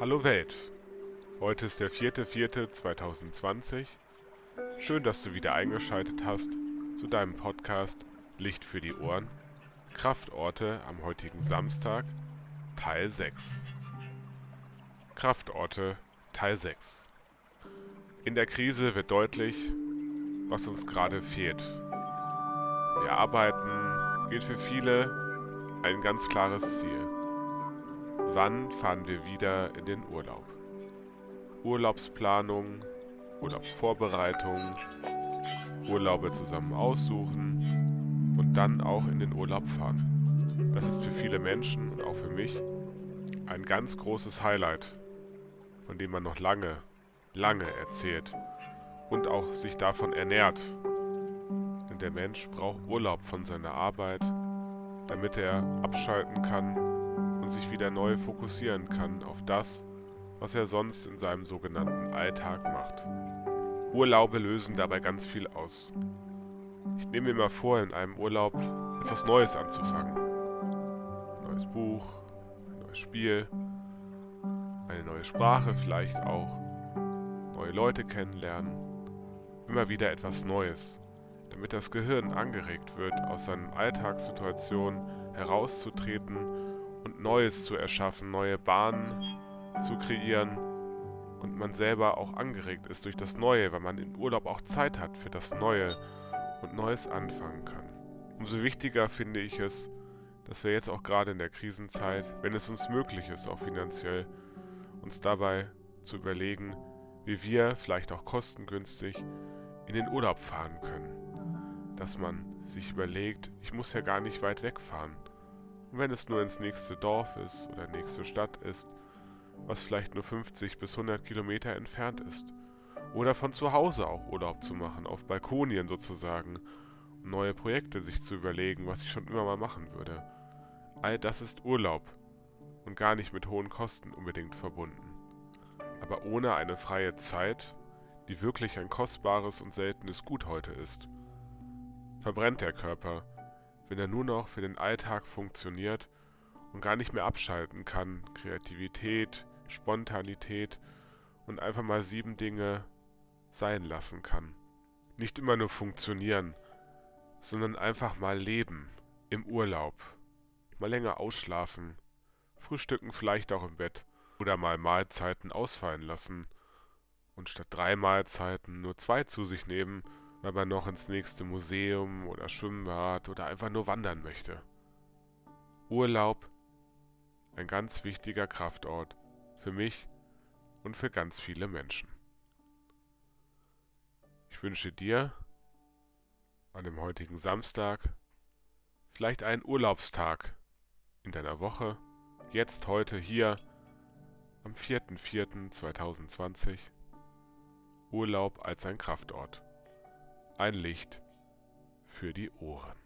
Hallo Welt, heute ist der 4.4.2020. Schön, dass du wieder eingeschaltet hast zu deinem Podcast Licht für die Ohren, Kraftorte am heutigen Samstag, Teil 6. Kraftorte, Teil 6. In der Krise wird deutlich, was uns gerade fehlt. Wir arbeiten, geht für viele ein ganz klares Ziel. Wann fahren wir wieder in den Urlaub? Urlaubsplanung, Urlaubsvorbereitung, Urlaube zusammen aussuchen und dann auch in den Urlaub fahren. Das ist für viele Menschen und auch für mich ein ganz großes Highlight, von dem man noch lange erzählt und auch sich davon ernährt. Denn der Mensch braucht Urlaub von seiner Arbeit, damit er abschalten kann und sich wieder neu fokussieren kann auf das, was er sonst in seinem sogenannten Alltag macht. Urlaube lösen dabei ganz viel aus. Ich nehme mir mal vor, in einem Urlaub etwas Neues anzufangen. Ein neues Buch, ein neues Spiel, eine neue Sprache vielleicht auch, neue Leute kennenlernen, immer wieder etwas Neues, damit das Gehirn angeregt wird, aus seinen Alltagssituationen herauszutreten und Neues zu erschaffen, neue Bahnen zu kreieren und man selber auch angeregt ist durch das Neue, weil man im Urlaub auch Zeit hat für das Neue und Neues anfangen kann. Umso wichtiger finde ich es, dass wir jetzt auch gerade in der Krisenzeit, wenn es uns möglich ist, auch finanziell, uns dabei zu überlegen, wie wir vielleicht auch kostengünstig in den Urlaub fahren können. Dass man sich überlegt, ich muss ja gar nicht weit wegfahren. Und wenn es nur ins nächste Dorf ist oder nächste Stadt ist, was vielleicht nur 50 bis 100 Kilometer entfernt ist. Oder von zu Hause auch Urlaub zu machen, auf Balkonien sozusagen, um neue Projekte sich zu überlegen, was ich schon immer mal machen würde. All das ist Urlaub und gar nicht mit hohen Kosten unbedingt verbunden. Aber ohne eine freie Zeit, die wirklich ein kostbares und seltenes Gut heute ist, verbrennt der Körper, wenn er nur noch für den Alltag funktioniert und gar nicht mehr abschalten kann, Kreativität, Spontanität und einfach mal 7 Dinge sein lassen kann. Nicht immer nur funktionieren, sondern einfach mal leben, im Urlaub, mal länger ausschlafen, frühstücken vielleicht auch im Bett oder mal Mahlzeiten ausfallen lassen und statt 3 Mahlzeiten nur 2 zu sich nehmen, weil man noch ins nächste Museum oder Schwimmbad oder einfach nur wandern möchte. Urlaub, ein ganz wichtiger Kraftort für mich und für ganz viele Menschen. Ich wünsche dir an dem heutigen Samstag vielleicht einen Urlaubstag in deiner Woche, jetzt heute hier am 4.4.2020, Urlaub als ein Kraftort, ein Licht für die Ohren.